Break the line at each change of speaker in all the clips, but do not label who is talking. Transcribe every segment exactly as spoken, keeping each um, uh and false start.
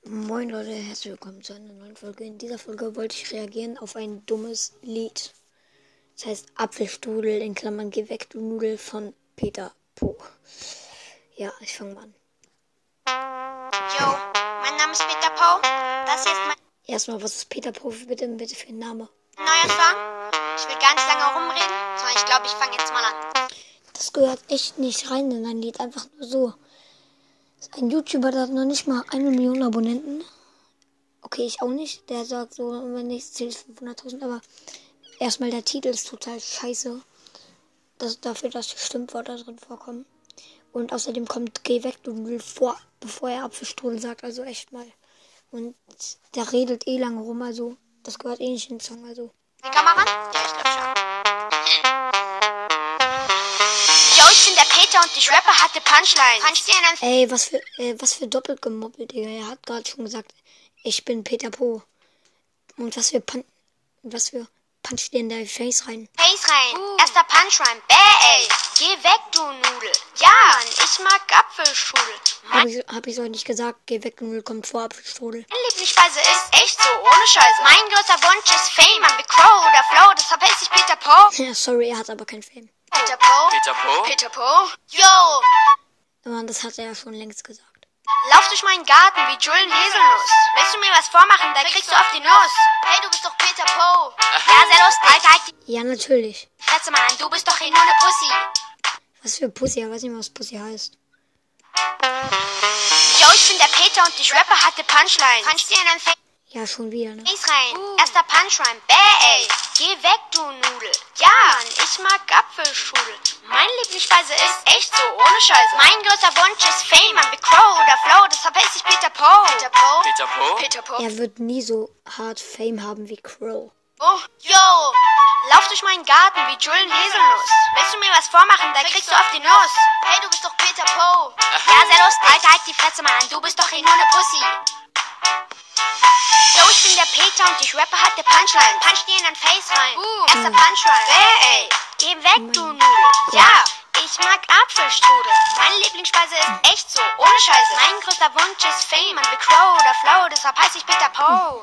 Moin Leute, herzlich willkommen zu einer neuen Folge. In dieser Folge wollte ich reagieren auf ein dummes Lied. Das heißt Apfelstrudel in Klammern Geh weg, du Nudel von Peter Po. Ja, ich fange mal an.
Jo, mein Name ist Peter Po. Das hier ist mein
Erstmal, was ist Peter Po bitte, bitte für ein Name?
neuer Song. Ich will gar nicht lange rumreden, sondern ich glaube, ich fange jetzt mal an.
Das gehört echt nicht rein in ein Lied, einfach nur so. Das ist ein YouTuber, der hat noch nicht mal eine Million Abonnenten. Okay, ich auch nicht. Der sagt so, wenn ich zähle fünfhunderttausend, aber erstmal der Titel ist total scheiße. Das, dafür, dass die Stimmwörter drin vorkommen. Und außerdem kommt Geh weg, du Nudel vor, bevor er Apfelstrudel sagt, also echt mal. Und der redet eh lange rum, also das gehört eh nicht in den Song, also.
Die Kamera? Ja, ich glaube schon. Jo, ich bin der Peter und ich rappe hatte Punchline. Punch dir in ein
Ey, was für, äh, was für doppelt gemoppelt, Digga. Er hat gerade schon gesagt, ich bin Peter Po. Und was für Pan was für Punch dir in dein Face rein.
Face rein. Uh. Erster Punchline. Bäh, ey. Geh weg, du Nudel. Ja, Mann, ich mag Apfelstrudel.
Hab ich, hab ich euch nicht gesagt, Geh weg, du Nudel kommt vor Apfelstrudel.
Meine Lieblingsspeise ist echt so, ohne Scheiße. Mein größter Wunsch ist Fame, man wie Crow oder Flow, deshalb heißt ich Peter Po.
Ja, sorry, er hat aber kein Fame.
Peter Po?
Peter Po?
Peter Po? Yo!
Aber das hat er ja schon längst gesagt.
Lauf durch meinen Garten wie Julien Haselnuss. Willst du mir was vormachen, dann kriegst du auf die Nuss. Hey, du bist doch Peter Po. Ja, sehr lustig. Alter, halt die
Ja, natürlich.
Fresse mal an, du bist doch eh nur eine Pussy.
Was für Pussy, er weiß nicht mehr, was Pussy heißt.
Yo, ich bin der Peter und ich rappe hatte Punchline. Punch dir in dein Face
Ja, schon wieder, ne?
rein. Erster Punchline. Bäh, ey. Geh weg, du Nudel. Ja, Mann, ich mag Apfelstrudel. Meine Lieblingsspeise ist echt so, ohne Scheiße. Mein größter Wunsch ist Fame, man wie Crow oder Flow, deshalb heißt ich Peter Po. Peter Po?
Peter Po?
Peter Po?
Er wird nie so hart Fame haben wie Crow.
Oh, yo! Lauf durch meinen Garten wie Julien Haselnuss. Willst du mir was vormachen, dann kriegst du auf die Nuss. Hey, du bist doch Peter Po. Ja, sehr lustig. Alter, halt die Fresse mal an, du bist doch eh nur eine Pussy. Yo, ich bin der Peter und ich rappe hatte Punchline. Punch dir in dein Face rein. Erster Punchline. Bäh, ey. Geh weg, du Nudel. Ja, ich mag Apfelstrudel. Meine Lieblingsspeise ist echt so, ohne Scheiße. Mein größter Wunsch ist Fame, man wie Crow oder Flow, deshalb heiß ich Peter Po.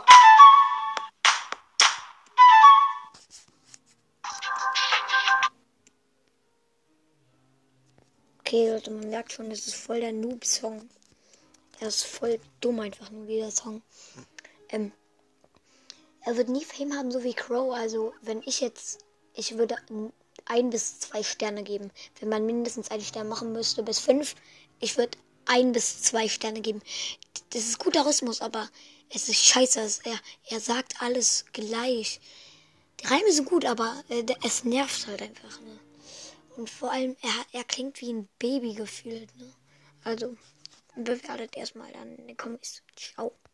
Okay, Leute, man merkt schon, das ist voll der Noob-Song. Er ist voll dumm einfach nur, dieser Song. Ähm, er wird nie Fame haben, so wie Crow. Also, wenn ich jetzt, ich würde ein bis zwei Sterne geben. Wenn man mindestens einen Stern machen müsste, bis fünf, ich würde ein bis zwei Sterne geben. Das ist guter Rhythmus, aber es ist scheiße. Es, er, er sagt alles gleich. Die Reime sind gut, aber äh, es nervt halt einfach, ne? Und vor allem, er, er klingt wie ein Baby gefühlt, ne? Also, bewertet erstmal dann in den Kommentaren. Ciao.